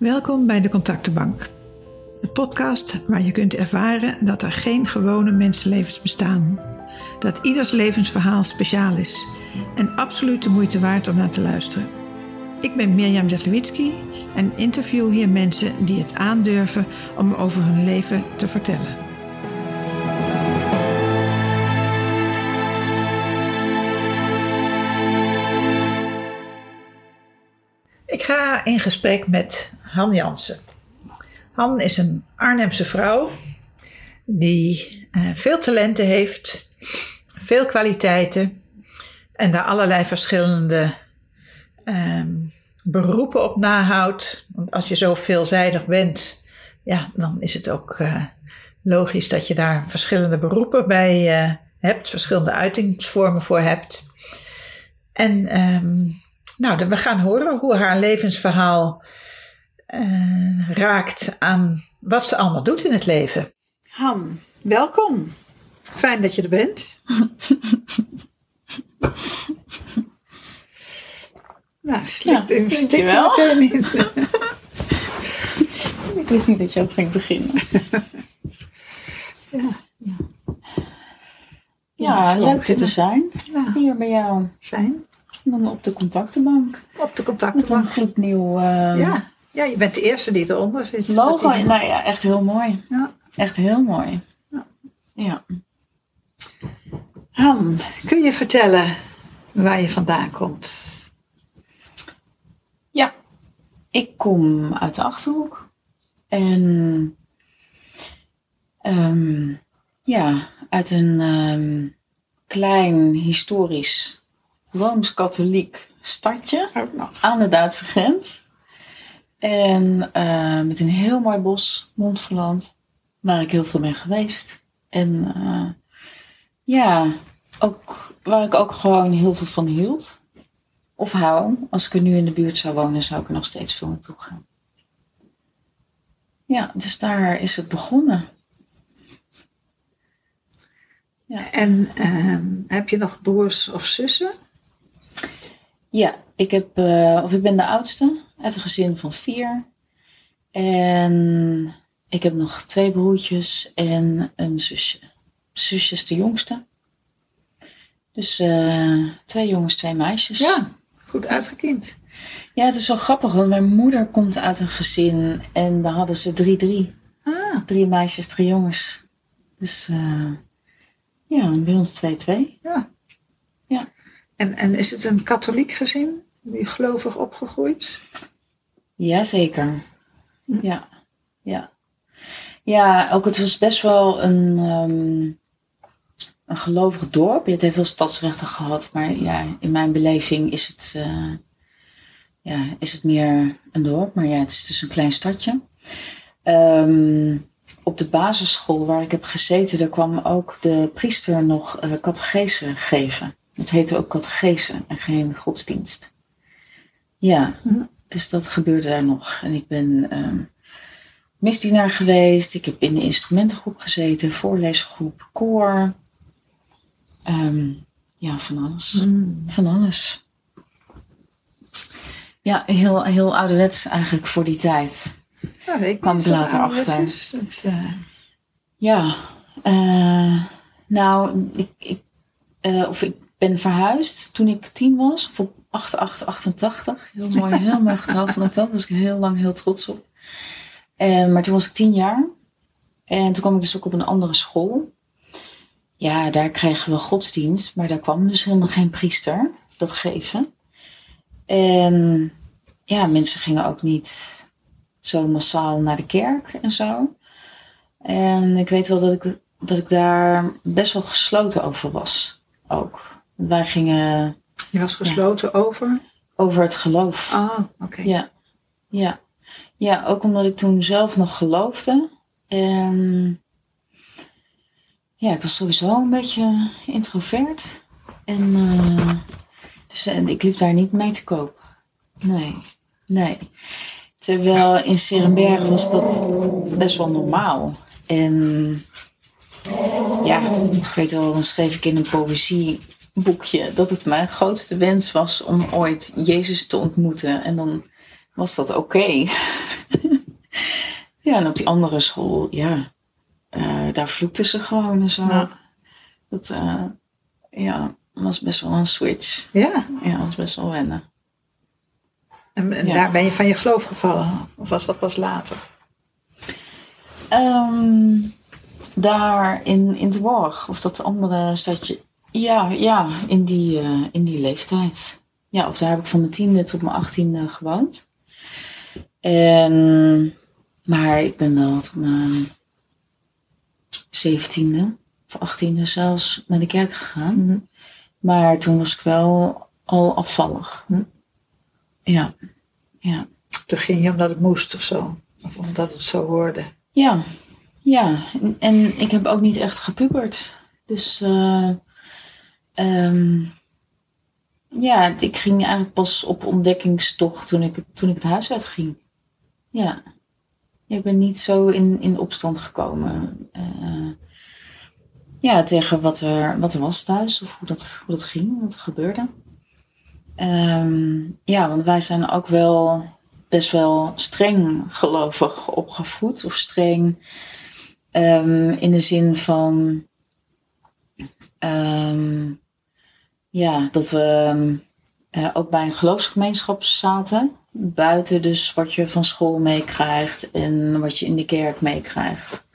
Welkom bij de Contactenbank. De podcast waar je kunt ervaren dat er geen gewone mensenlevens bestaan. Dat ieders levensverhaal speciaal is en absoluut de moeite waard om naar te luisteren. Ik ben Mirjam Jedlewitsky en interview hier mensen die het aandurven om over hun leven te vertellen. Ik ga in gesprek met Han Jansen. Han is een Arnhemse vrouw die veel talenten heeft, veel kwaliteiten en daar allerlei verschillende beroepen op nahoudt. Want als je zo veelzijdig bent, ja, dan is het ook logisch dat je daar verschillende beroepen bij hebt, verschillende uitingsvormen voor hebt. En we gaan horen hoe haar levensverhaal raakt aan wat ze allemaal doet in het leven. Han, welkom. Fijn dat je er bent. Nou, stikt er meteen in. Ik wist niet dat je ook ging beginnen. Ja, leuk dit te zijn. Ja. Hier bij jou. Fijn. Dan op de contactenbank. Op de contactenbank. Met een gloednieuw Ja, je bent de eerste die eronder zit. logo. Nou ja, echt heel mooi. Ja. Echt heel mooi. Ja. Han, kun je vertellen waar je vandaan komt? Ja, ik kom uit de Achterhoek. En uit een klein historisch Rooms-katholiek stadje aan de Duitse grens. En met een heel mooi bos, Montferland, waar ik heel veel ben geweest. En ook waar ik ook gewoon heel veel van hield. Of hou. Als ik er nu in de buurt zou wonen, zou ik er nog steeds veel naartoe gaan. Ja, dus daar is het begonnen. Ja. En heb je nog broers of zussen? Ja, ik ben de oudste uit een gezin van 4. En ik heb nog 2 broertjes en een zusje. De zusje is de jongste. Dus 2 jongens, 2 meisjes. Ja, goed uitgekiend. Ja, het is wel grappig, want mijn moeder komt uit een gezin en daar hadden ze 3-3. 3 meisjes, 3 jongens. Dus bij ons 2-2. Ja. Ja. En is het een katholiek gezin? Ben je gelovig opgegroeid? Jazeker. Ja. Ja, ook het was best wel een gelovig dorp. Het heeft wel stadsrechten gehad, maar ja, in mijn beleving is het meer een dorp. Maar ja, het is dus een klein stadje. Op de basisschool waar ik heb gezeten, daar kwam ook de priester nog catechese geven. Het heette ook catechese en geen godsdienst. Ja, dus dat gebeurde daar nog. En ik ben misdienaar geweest. Ik heb in de instrumentengroep gezeten, voorleesgroep, koor. Van alles. Van alles. Ja, heel ouderwets eigenlijk voor die tijd. Ja, ik kwam ik later achter. Ik ben verhuisd toen ik 10 was. Of op 88. Heel mooi getal van het. Daar was ik heel lang heel trots op. Maar toen was ik 10 jaar. En toen kwam ik dus ook op een andere school. Ja, daar kregen we godsdienst. Maar daar kwam dus helemaal geen priester dat geven. En ja, mensen gingen ook niet zo massaal naar de kerk en zo. En ik weet wel dat ik daar best wel gesloten over was. Ook. Wij gingen... Je was gesloten over? Over het geloof. Oh, oké. Ja, ook omdat ik toen zelf nog geloofde. En ik was sowieso een beetje introvert. Dus ik liep daar niet mee te koop. Nee. Terwijl in 's Heerenberg was dat best wel normaal. En ja, ik weet wel, dan schreef ik in een poëzieboekje dat het mijn grootste wens was om ooit Jezus te ontmoeten. En dan was dat oké. Ja, en op die andere school, daar vloekten ze gewoon en zo. Ja. Dat was best wel een switch. Ja. Ja, was best wel wennen. En daar ben je van je geloof gevallen? Of was dat pas later? Daar in de Borg, of dat andere stadje. Ja, in die leeftijd. Ja, of daar heb ik van mijn 10e tot mijn 18e gewoond. Maar ik ben wel tot mijn 17e of 18e zelfs naar de kerk gegaan. Mm-hmm. Maar toen was ik wel al afvallig. Ja. Toen ging je omdat het moest of zo? Of omdat het zo hoorde? Ja. En ik heb ook niet echt gepubert. Dus ik ging eigenlijk pas op ontdekkingstocht toen ik het huis uitging. Ja. Ik ben niet zo in opstand gekomen. Tegen wat er was thuis. Of hoe dat ging, wat er gebeurde. Want wij zijn ook wel best wel streng gelovig opgevoed. Of streng in de zin van dat we ook bij een geloofsgemeenschap zaten. Buiten dus wat je van school meekrijgt en wat je in de kerk meekrijgt.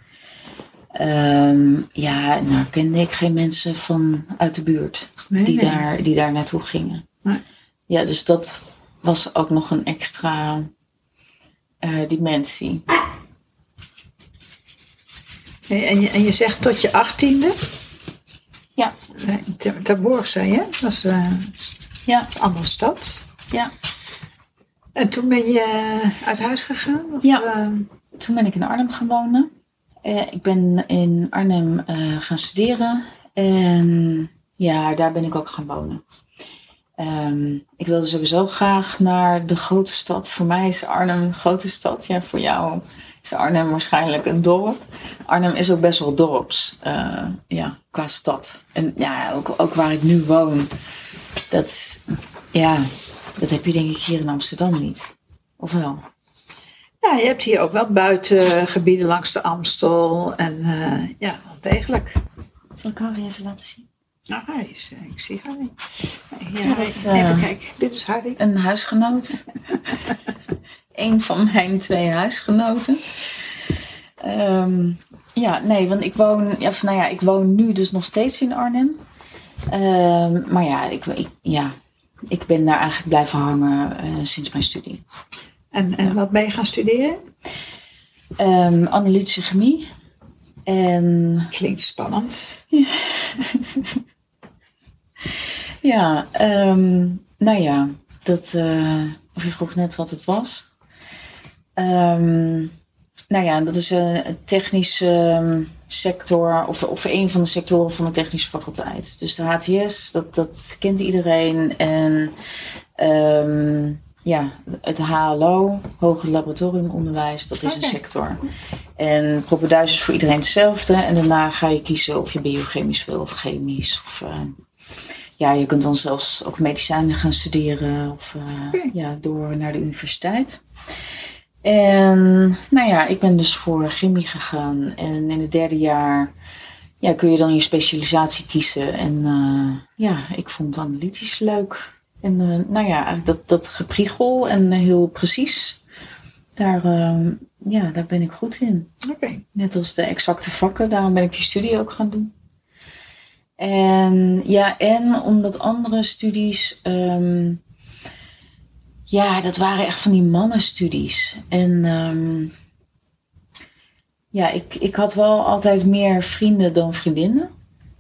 Nou kende ik geen mensen van uit de buurt die daar naartoe gingen. Nee. Ja, dus dat was ook nog een extra dimensie. En je zegt tot je 18e? Ja. Ter Borg, zei je? Dat was allemaal stad. Ja. En toen ben je uit huis gegaan? Of, Toen ben ik in Arnhem gaan wonen. Ik ben in Arnhem gaan studeren. En daar ben ik ook gaan wonen. Ik wilde sowieso graag naar de grote stad. Voor mij is Arnhem een grote stad. Ja, voor jou is Arnhem waarschijnlijk een dorp. Arnhem is ook best wel dorps. Qua stad. En ook waar ik nu woon. Dat heb je denk ik hier in Amsterdam niet. Of wel? Ja, je hebt hier ook wel buitengebieden langs de Amstel. En wel degelijk. Zal ik Harry even laten zien? Nou, Harry ik zie Harry. Even kijken, dit is Harry. Een huisgenoot. Een van mijn 2 huisgenoten. Want ik woon nu dus nog steeds in Arnhem. Ik ben daar eigenlijk blijven hangen sinds mijn studie. En wat ben je gaan studeren? Analytische chemie. Klinkt spannend. Of je vroeg net wat het was. Dat is een technische sector, of een van de sectoren van de technische faculteit. Dus de HTS, dat kent iedereen. En het HLO, Hoger Laboratoriumonderwijs, dat is een sector. En propeduis is voor iedereen hetzelfde. En daarna ga je kiezen of je biochemisch wil of chemisch. Of, je kunt dan zelfs ook medicijnen gaan studeren of door naar de universiteit. En ik ben dus voor chemie gegaan. En in het 3e jaar kun je dan je specialisatie kiezen. En ik vond analytisch leuk. En eigenlijk dat gepriegel en heel precies. Daar ben ik goed in. Okay. Net als de exacte vakken, daarom ben ik die studie ook gaan doen. En omdat andere studies, dat waren echt van die mannenstudies. En ik had wel altijd meer vrienden dan vriendinnen.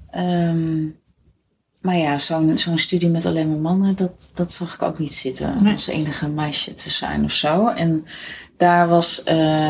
Maar zo'n studie met alleen maar mannen, dat zag ik ook niet zitten. Nee. Als enige meisje te zijn of zo. En daar was 40%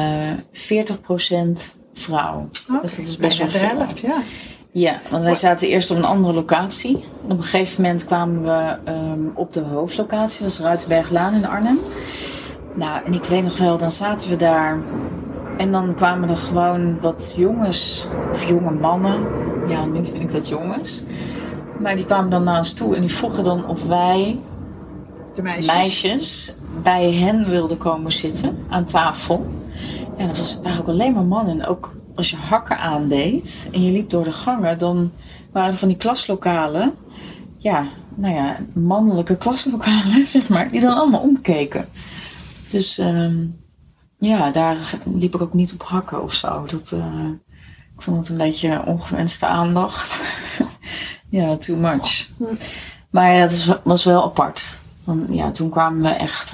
vrouw. Okay. Dus dat is best wel veel. Ja. Ja, want wij zaten eerst op een andere locatie. Op een gegeven moment kwamen we op de hoofdlocatie. Dat is Ruitenberglaan in Arnhem. Nou, en ik weet nog wel, dan zaten we daar. En dan kwamen er gewoon wat jongens, of jonge mannen. Ja, nu vind ik dat jongens. Maar die kwamen dan naar ons toe en die vroegen dan of wij De meisjes bij hen wilden komen zitten aan tafel. Ja, dat waren ook alleen maar mannen. En ook als je hakken aandeed en je liep door de gangen, dan waren er van die klaslokalen, mannelijke klaslokalen, zeg maar, die dan allemaal omkeken. Dus daar liep ik ook niet op hakken of zo. Ik vond het een beetje ongewenste aandacht. Ja, too much. Maar ja, het was wel apart. Want ja, toen kwamen we echt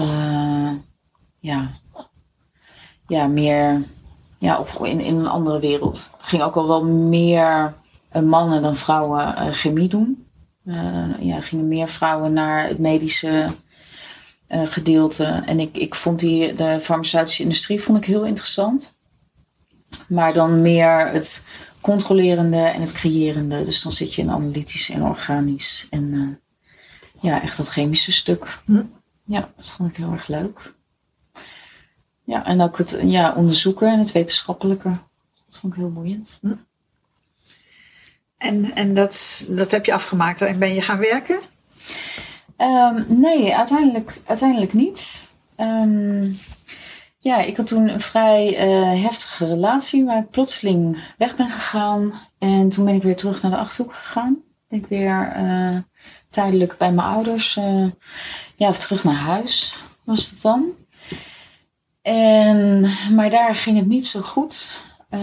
meer of in een andere wereld. Er ging ook al wel meer mannen dan vrouwen chemie doen. Gingen meer vrouwen naar het medische gedeelte. En ik vond de farmaceutische industrie vond ik heel interessant. Maar dan meer het controlerende en het creërende. Dus dan zit je in analytisch en organisch. En echt dat chemische stuk. Ja, dat vond ik heel erg leuk. Ja, en ook het onderzoeken en het wetenschappelijke. Dat vond ik heel boeiend. En dat heb je afgemaakt en ben je gaan werken? Nee, uiteindelijk niet. Ik had toen een vrij heftige relatie waar ik plotseling weg ben gegaan. En toen ben ik weer terug naar de Achterhoek gegaan. Ben ik weer tijdelijk bij mijn ouders. Of terug naar huis was het dan. Maar daar ging het niet zo goed.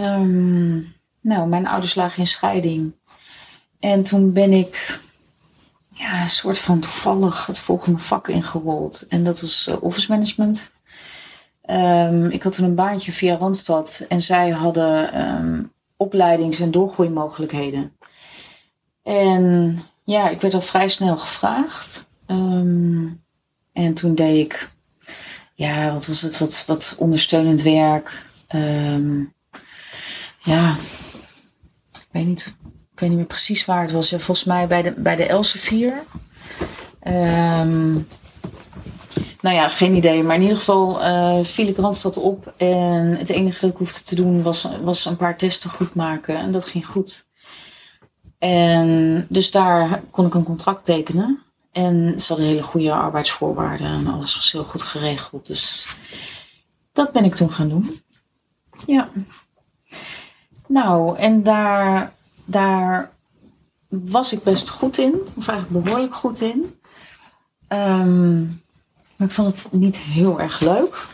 Mijn ouders lagen in scheiding. En toen ben ik een soort van toevallig het volgende vak ingerold. En dat was office management. Ik had toen een baantje via Randstad. En zij hadden opleidings- en doorgroeimogelijkheden. En ik werd al vrij snel gevraagd. En toen deed ik, wat was het, wat ondersteunend werk. Ik weet niet meer precies waar het was. Ja, volgens mij bij de Elsevier. Geen idee. Maar in ieder geval viel ik Randstad op. En het enige dat ik hoefde te doen was een paar testen goed maken. En dat ging goed. En dus daar kon ik een contract tekenen. En ze hadden hele goede arbeidsvoorwaarden. En alles was heel goed geregeld. Dus dat ben ik toen gaan doen. Ja. Nou, en daar was ik best goed in. Of eigenlijk behoorlijk goed in. Maar ik vond het niet heel erg leuk.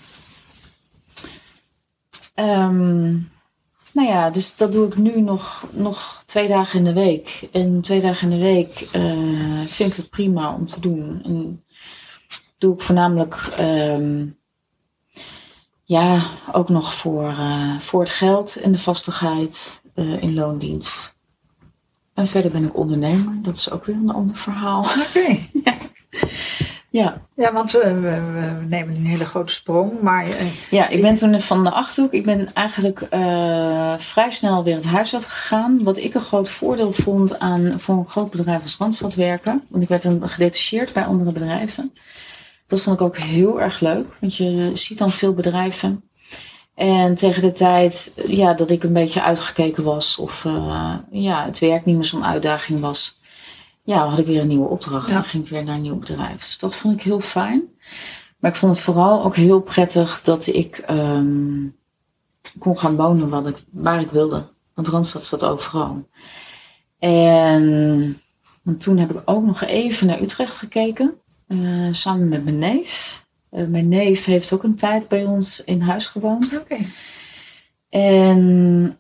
Dus dat doe ik nu nog 2 dagen in de week. En 2 dagen in de week vind ik dat prima om te doen. En doe ik voornamelijk ook nog voor het geld en de vastigheid in loondienst. En verder ben ik ondernemer. Dat is ook weer een ander verhaal. Oké. Ja. Ja, want we nemen nu een hele grote sprong. Maar, ik ben toen van de Achterhoek. Ik ben eigenlijk vrij snel weer het huis uit gegaan. Wat ik een groot voordeel vond aan voor een groot bedrijf als Randstad werken. Want ik werd dan gedetacheerd bij andere bedrijven. Dat vond ik ook heel erg leuk. Want je ziet dan veel bedrijven. En tegen de tijd dat ik een beetje uitgekeken was. Of het werk niet meer zo'n uitdaging was. Had ik weer een nieuwe opdracht. Dan ging ik weer naar een nieuw bedrijf. Dus dat vond ik heel fijn. Maar ik vond het vooral ook heel prettig dat ik kon gaan wonen waar ik wilde. Want Randstad staat overal. En toen heb ik ook nog even naar Utrecht gekeken. Samen met mijn neef. Mijn neef heeft ook een tijd bij ons in huis gewoond. Oké. En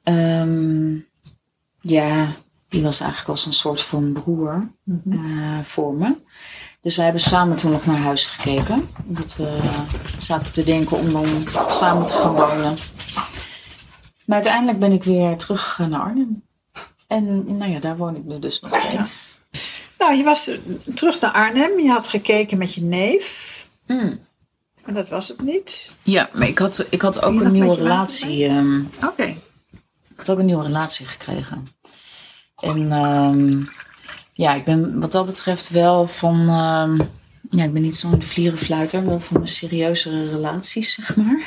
die was eigenlijk als een soort van broer voor me. Dus wij hebben samen toen nog naar huis gekeken. Dat we zaten te denken om dan samen te gaan wonen. Maar uiteindelijk ben ik weer teruggegaan naar Arnhem. En daar woon ik nu dus nog steeds. Ja. Nou, je was terug naar Arnhem. Je had gekeken met je neef. Maar dat was het niet. Ja, maar ik had ook een nieuwe relatie. Oké. Ik had ook een nieuwe relatie gekregen. En ik ben wat dat betreft wel van... ik ben niet zo'n vlierenfluiter. Wel van de serieuzere relaties, zeg maar.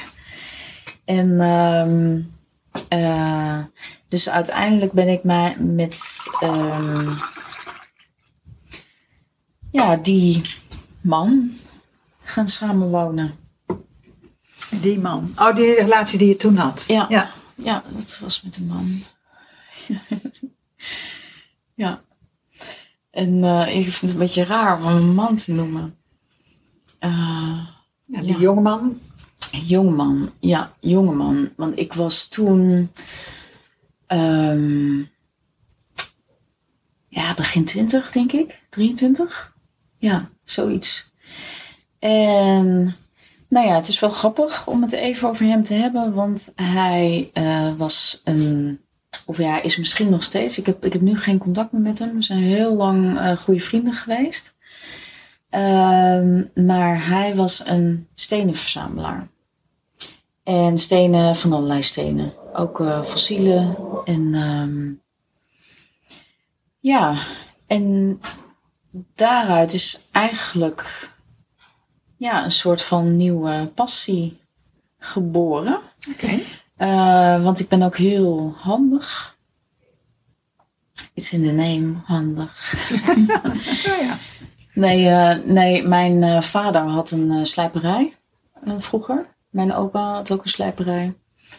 En dus uiteindelijk ben ik met... man gaan samenwonen. Die man. Oh, die relatie die je toen had. Ja, dat was met een man. Ja. En ik vind het een beetje raar om hem een man te noemen. Die jongeman? Jongeman, ja, jongeman. Want ik was toen... begin 20, denk ik. 23. Ja, zoiets. En... Nou ja, het is wel grappig om het even over hem te hebben. Want hij was een... Of ja, hij is misschien nog steeds. Ik heb nu geen contact meer met hem. We zijn heel lang goede vrienden geweest. Maar hij was een stenenverzamelaar. En stenen van allerlei stenen. Ook fossielen. En en daaruit is eigenlijk een soort van nieuwe passie geboren. Oké. Want ik ben ook heel handig. It's in the name, handig. Ja. Nee, mijn vader had een slijperij vroeger. Mijn opa had ook een slijperij.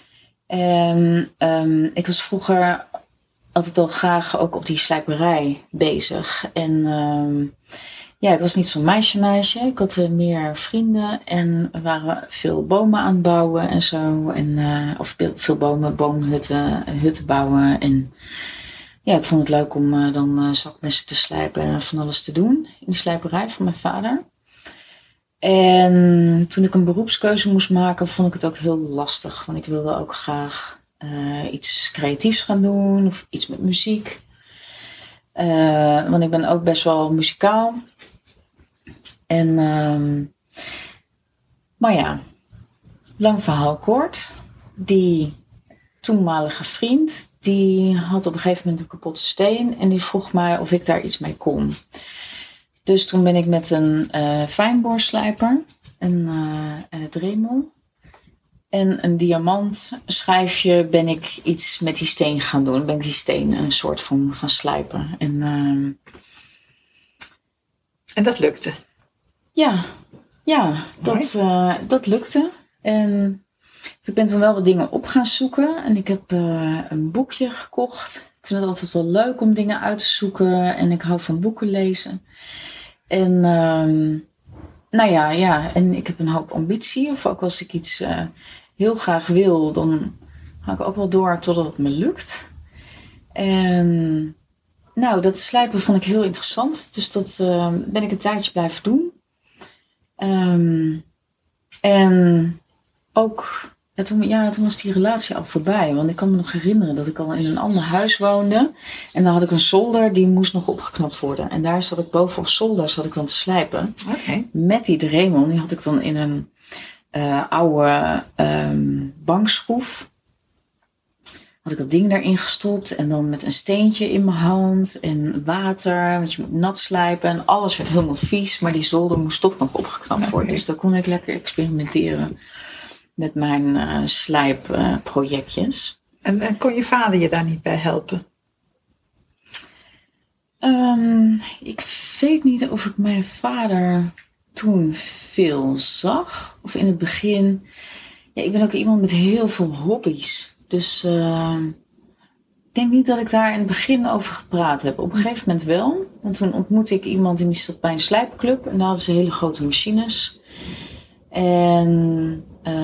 En ik was vroeger altijd al graag ook op die slijperij bezig. En ik was niet zo'n meisje. Ik had meer vrienden en we waren veel bomen aan het bouwen en zo. Of veel hutten bouwen. En ja, ik vond het leuk om dan zakmessen te slijpen en van alles te doen in die slijperij van mijn vader. En toen ik een beroepskeuze moest maken, vond ik het ook heel lastig. Want ik wilde ook graag iets creatiefs gaan doen of iets met muziek. Want ik ben ook best wel muzikaal. En, maar ja, lang verhaal kort. Die toenmalige vriend, die had op een gegeven moment een kapotte steen. En die vroeg mij of ik daar iets mee kon. Dus toen ben ik met een fijnboorslijper, een Dremel en een diamantschijfje ben ik iets met die steen gaan doen. Ben ik die steen een soort van gaan slijpen. En dat lukte? Ja, dat lukte. En ik ben toen wel wat dingen op gaan zoeken. En ik heb een boekje gekocht. Ik vind het altijd wel leuk om dingen uit te zoeken. En ik hou van boeken lezen. En en ik heb een hoop ambitie. Of ook als ik iets heel graag wil, dan ga ik ook wel door totdat het me lukt. En dat slijpen vond ik heel interessant. Dus dat ben ik een tijdje blijven doen. En ook, toen was die relatie al voorbij. Want ik kan me nog herinneren dat ik al in een ander huis woonde. En dan had ik een zolder, die moest nog opgeknapt worden. En daar zat ik boven op zolder dan te slijpen. Okay. Met die Dremel, die had ik dan in een oude bankschroef. Had ik dat ding daarin gestopt. En dan met een steentje in mijn hand. En water, want je moet nat slijpen. En alles werd helemaal vies. Maar die zolder moest toch nog opgeknapt worden. Okay. Dus daar kon ik lekker experimenteren met mijn slijpprojectjes. En kon je vader je daar niet bij helpen? Ik weet niet of ik mijn vader toen veel zag. Of in het begin. Ja, ik ben ook iemand met heel veel hobby's. Dus ik denk niet dat ik daar in het begin over gepraat heb. Op een gegeven moment wel. Want toen ontmoette ik iemand en die zat bij een slijpclub. En daar hadden ze hele grote machines. En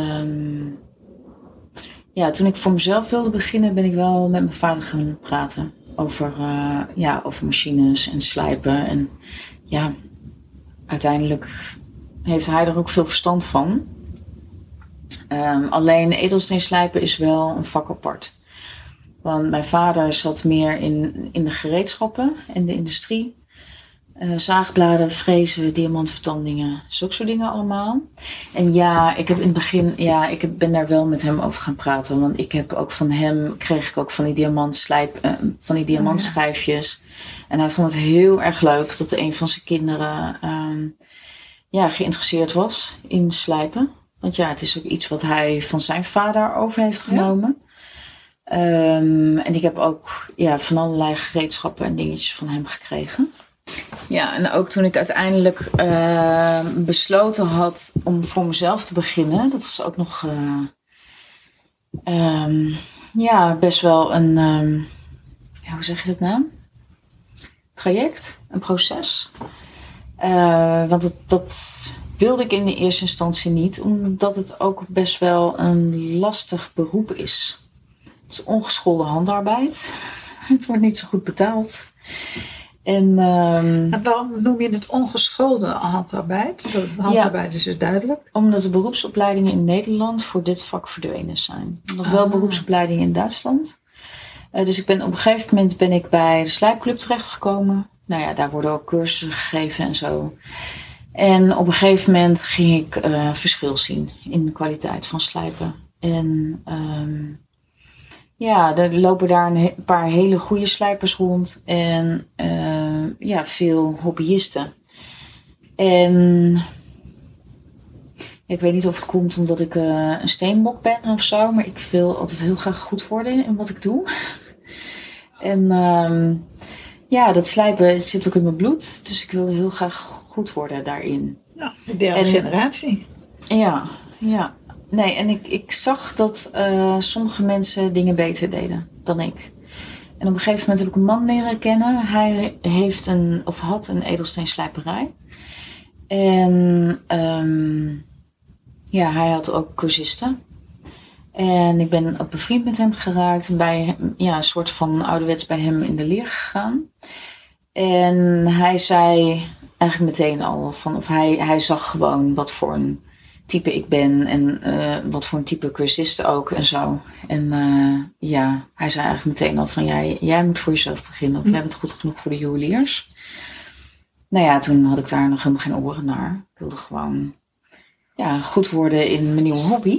toen ik voor mezelf wilde beginnen, ben ik wel met mijn vader gaan praten. Over machines en slijpen. En ja, uiteindelijk heeft hij er ook veel verstand van. Alleen edelsteen slijpen is wel een vak apart. Want mijn vader zat meer in de gereedschappen en de industrie. Zaagbladen, frezen, diamantvertandingen, zulke soort dingen allemaal. En ja, ik heb in het begin, ben daar wel met hem over gaan praten. Want ik heb ook van hem, kreeg ik ook van die diamantschijfjes. En hij vond het heel erg leuk dat een van zijn kinderen geïnteresseerd was in slijpen. Want ja, het is ook iets wat hij van zijn vader over heeft genomen. Ja. En ik heb ook van allerlei gereedschappen en dingetjes van hem gekregen. Ja, en ook toen ik uiteindelijk besloten had om voor mezelf te beginnen. Dat was ook nog best wel een, hoe zeg je dat nou? Traject, een proces. Want dat wilde ik in de eerste instantie niet, omdat het ook best wel een lastig beroep is. Het is ongeschoolde handarbeid. Het wordt niet zo goed betaald. En waarom noem je het ongeschoolde handarbeid? Handarbeid is dus duidelijk. Omdat de beroepsopleidingen in Nederland voor dit vak verdwenen zijn. Nog wel beroepsopleidingen in Duitsland. Dus op een gegeven moment ben ik bij de slijpclub terechtgekomen. Nou ja, daar worden ook cursussen gegeven en zo. En op een gegeven moment ging ik verschil zien in de kwaliteit van slijpen. En er lopen daar een paar hele goede slijpers rond. En veel hobbyisten. En ik weet niet of het komt omdat ik een steenbok ben of zo. Maar ik wil altijd heel graag goed worden in wat ik doe. En dat slijpen het zit ook in mijn bloed. Dus ik wilde heel graag goed worden daarin. Ja, de derde generatie. Ja. Nee, en ik zag dat sommige mensen dingen beter deden dan ik. En op een gegeven moment heb ik een man leren kennen. Hij had een edelsteenslijperij. En hij had ook cursisten. En ik ben ook bevriend met hem geraakt. En een soort van ouderwets bij hem in de leer gegaan. En hij zei eigenlijk meteen al hij zag gewoon wat voor een type ik ben. En wat voor een type cursist ook en zo. En hij zei eigenlijk meteen al van jij moet voor jezelf beginnen. Of jij bent goed genoeg voor de juweliers. Nou ja, toen had ik daar nog helemaal geen oren naar. Ik wilde gewoon goed worden in mijn nieuwe hobby.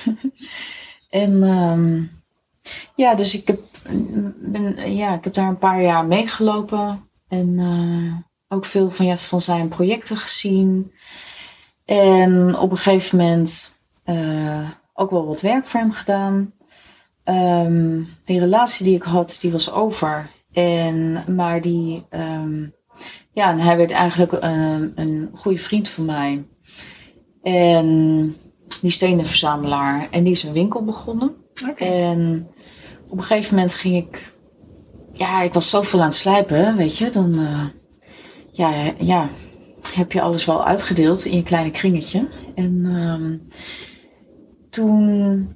En dus ik heb daar een paar jaar meegelopen. En ook veel van zijn projecten gezien. En op een gegeven moment ook wel wat werk voor hem gedaan. Die relatie die ik had, die was over. En hij werd eigenlijk een goede vriend van mij. En die stenenverzamelaar. En die is een winkel begonnen. Okay. En op een gegeven moment ging ik... ik was zoveel aan het slijpen, weet je. Dan heb je alles wel uitgedeeld in je kleine kringetje. En toen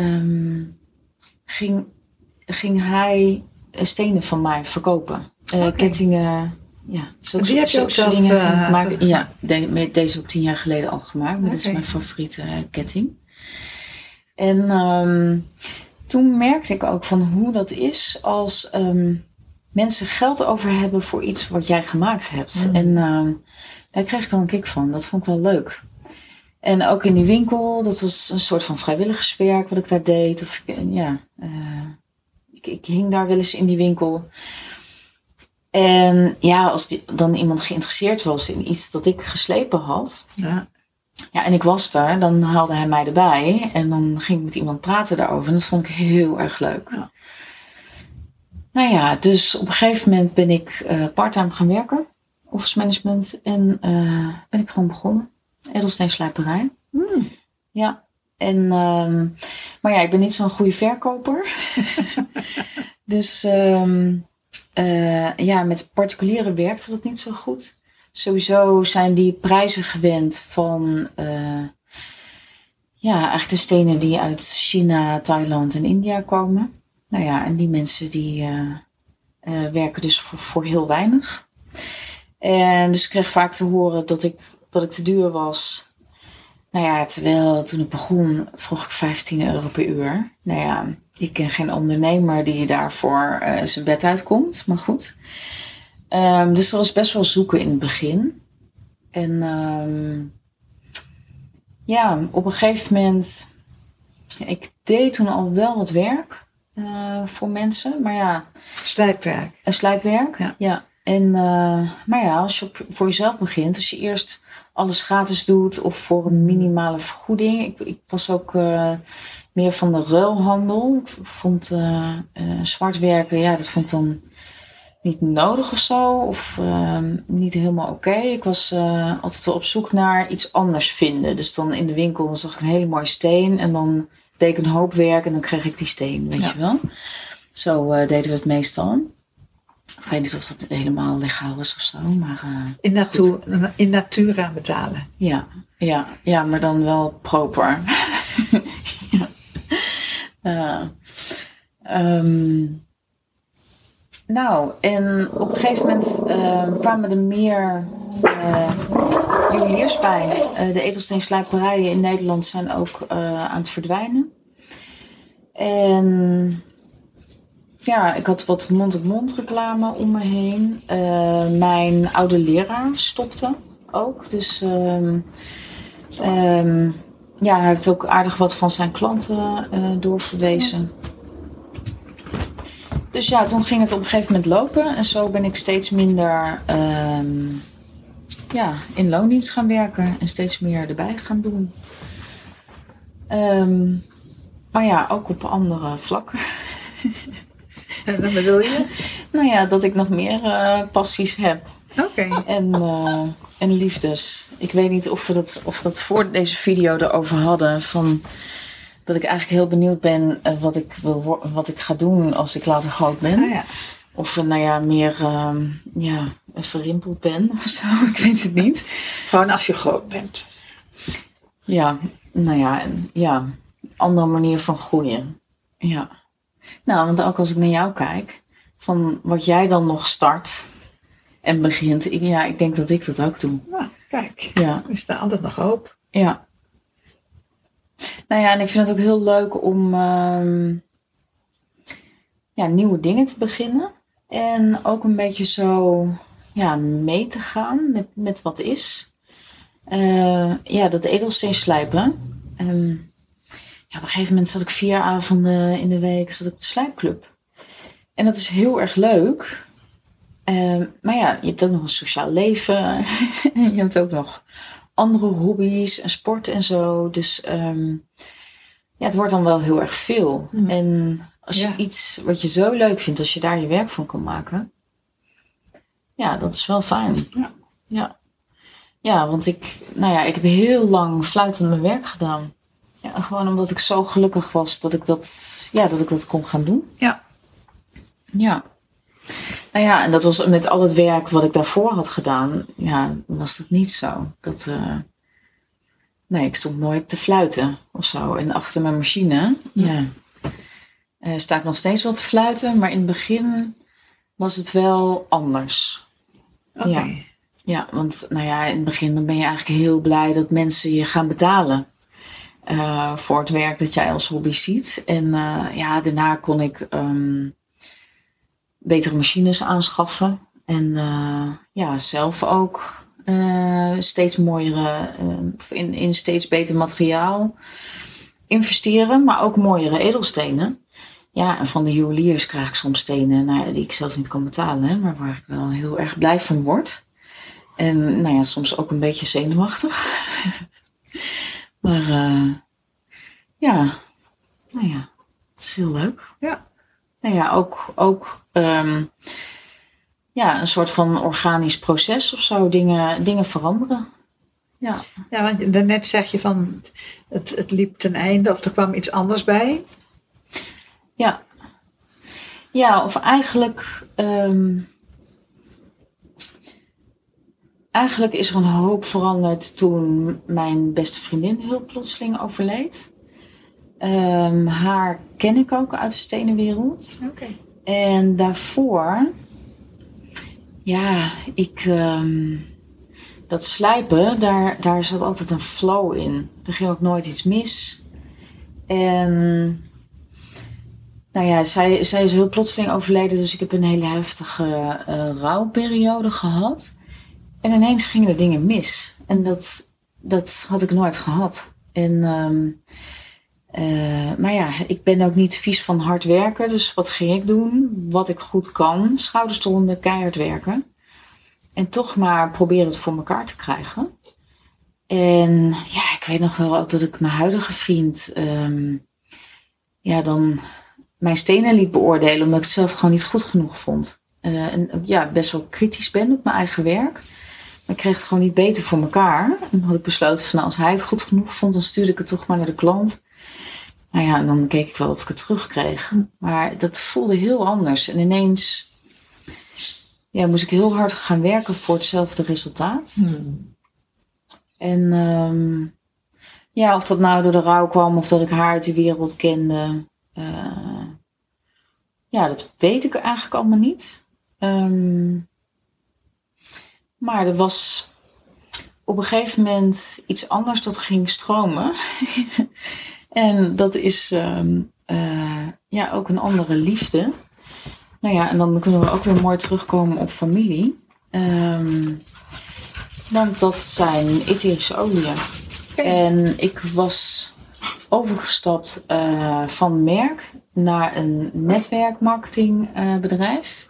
ging hij stenen van mij verkopen. Kettingen... Ja, die heb je ook zelf maken. Ja, deze ook 10 jaar geleden al gemaakt. Maar dit is mijn favoriete ketting. En toen merkte ik ook van hoe dat is als mensen geld over hebben voor iets wat jij gemaakt hebt. En daar kreeg ik wel een kick van. Dat vond ik wel leuk. En ook in die winkel, dat was een soort van vrijwilligerswerk wat ik daar deed. Ik hing daar wel eens in die winkel. En als dan iemand geïnteresseerd was in iets dat ik geslepen had. Ja, en ik was daar, dan haalde hij mij erbij. En dan ging ik met iemand praten daarover. En dat vond ik heel erg leuk. Ja. Nou ja, dus op een gegeven moment ben ik parttime gaan werken. Office management. En ben ik gewoon begonnen. Edelsteenslijperij. Ja. En, maar ik ben niet zo'n goede verkoper. Dus... met particulieren werkte dat niet zo goed. Sowieso zijn die prijzen gewend van eigenlijk de stenen die uit China, Thailand en India komen. Nou ja, en die mensen die werken dus voor heel weinig. En dus ik kreeg vaak te horen dat ik te duur was. Nou ja, terwijl toen ik begon vroeg ik €15 per uur. Nou ja, ik ken geen ondernemer die daarvoor zijn bed uitkomt, maar goed. Dus er was best wel zoeken in het begin. En op een gegeven moment... Ik deed toen al wel wat werk voor mensen, maar ja... Slijpwerk. Slijpwerk, ja. En, maar ja, als je voor jezelf begint, als je eerst alles gratis doet of voor een minimale vergoeding. Ik was ook meer van de ruilhandel. Ik vond zwart werken, dat vond ik dan niet nodig of zo. Of niet helemaal oké. Ik was altijd wel op zoek naar iets anders vinden. Dus dan in de winkel dan zag ik een hele mooie steen. En dan deed ik een hoop werk en dan kreeg ik die steen, weet je wel. Zo deden we het meestal. Ik weet niet of dat helemaal legaal was of zo. Maar, in natura betalen. Ja, maar dan wel proper. Nou, en op een gegeven moment kwamen er meer juweliers bij. De edelsteenslijperijen in Nederland zijn ook aan het verdwijnen. En ja, ik had wat mond-op-mond reclame om me heen. Mijn oude leraar stopte ook. Dus ja, hij heeft ook aardig wat van zijn klanten doorverwezen. Dus ja, toen ging het op een gegeven moment lopen. En zo ben ik steeds minder in loondienst gaan werken. En steeds meer erbij gaan doen. Maar ja, ook op andere vlakken. En wat bedoel je? Nou ja, dat ik nog meer passies heb. Oké. En liefdes. Ik weet niet of dat voor deze video erover hadden. Van dat ik eigenlijk heel benieuwd ben wat ik ga doen als ik later groot ben. Ah, ja. Of meer verrimpeld ben of zo. Ik weet het niet. Gewoon als je groot bent. Ja, andere manier van groeien. Ja. Nou, want ook als ik naar jou kijk, van wat jij dan nog start en begint. Ik denk dat ik dat ook doe. Nou, kijk. Ja. Er is er altijd nog hoop. Ja. Nou ja, en ik vind het ook heel leuk om nieuwe dingen te beginnen. En ook een beetje zo mee te gaan met wat is. Dat edelsteen slijpen. Op een gegeven moment zat ik 4 avonden in de week op de slijpclub. En dat is heel erg leuk. Maar ja, je hebt ook nog een sociaal leven. Je hebt ook nog andere hobby's en sport en zo. Dus het wordt dan wel heel erg veel. Mm. En als je iets wat je zo leuk vindt, als je daar je werk van kan maken. Ja, dat is wel fijn. Ja, want ik heb heel lang fluitend mijn werk gedaan. Ja, gewoon omdat ik zo gelukkig was dat ik dat kon gaan doen. Ja. Ja. Nou ja, en dat was met al het werk wat ik daarvoor had gedaan, was dat niet zo. Ik stond nooit te fluiten of zo. En achter mijn machine, sta ik nog steeds wel te fluiten, maar in het begin was het wel anders. Oké. Ja, want in het begin dan ben je eigenlijk heel blij dat mensen je gaan betalen. Voor het werk dat jij als hobby ziet. En daarna kon ik betere machines aanschaffen. En zelf ook steeds mooiere, in steeds beter materiaal investeren. Maar ook mooiere edelstenen. Ja, en van de juweliers krijg ik soms stenen die ik zelf niet kan betalen. Hè, maar waar ik wel heel erg blij van word. En soms ook een beetje zenuwachtig. Maar het is heel leuk. Ja. Ook een soort van organisch proces of zo. Dingen veranderen. Ja, want daarnet zeg je van het liep ten einde of er kwam iets anders bij. Ja, of eigenlijk... Eigenlijk is er een hoop veranderd toen mijn beste vriendin heel plotseling overleed. Haar ken ik ook uit de stenenwereld. Okay. En daarvoor, dat slijpen, daar zat altijd een flow in. Er ging ook nooit iets mis. En zij is heel plotseling overleden, dus ik heb een hele heftige rouwperiode gehad. En ineens gingen er dingen mis. En dat had ik nooit gehad. En, ik ben ook niet vies van hard werken. Dus wat ging ik doen? Wat ik goed kan. Schouders eronder, keihard werken. En toch maar proberen het voor elkaar te krijgen. En ik weet nog wel ook dat ik mijn huidige vriend... dan mijn stenen liet beoordelen. Omdat ik het zelf gewoon niet goed genoeg vond. best wel kritisch ben op mijn eigen werk. Maar ik kreeg het gewoon niet beter voor elkaar. En dan had ik besloten van als hij het goed genoeg vond, dan stuurde ik het toch maar naar de klant. Nou ja, en dan keek ik wel of ik het terugkreeg. Maar dat voelde heel anders. En ineens moest ik heel hard gaan werken voor hetzelfde resultaat. En of dat nou door de rouw kwam of dat ik haar uit de wereld kende. Dat weet ik eigenlijk allemaal niet. Maar er was op een gegeven moment iets anders dat ging stromen. En dat is ook een andere liefde. Nou ja, en dan kunnen we ook weer mooi terugkomen op familie. Want dat zijn etherische oliën. En ik was overgestapt van merk naar een netwerkmarketingbedrijf.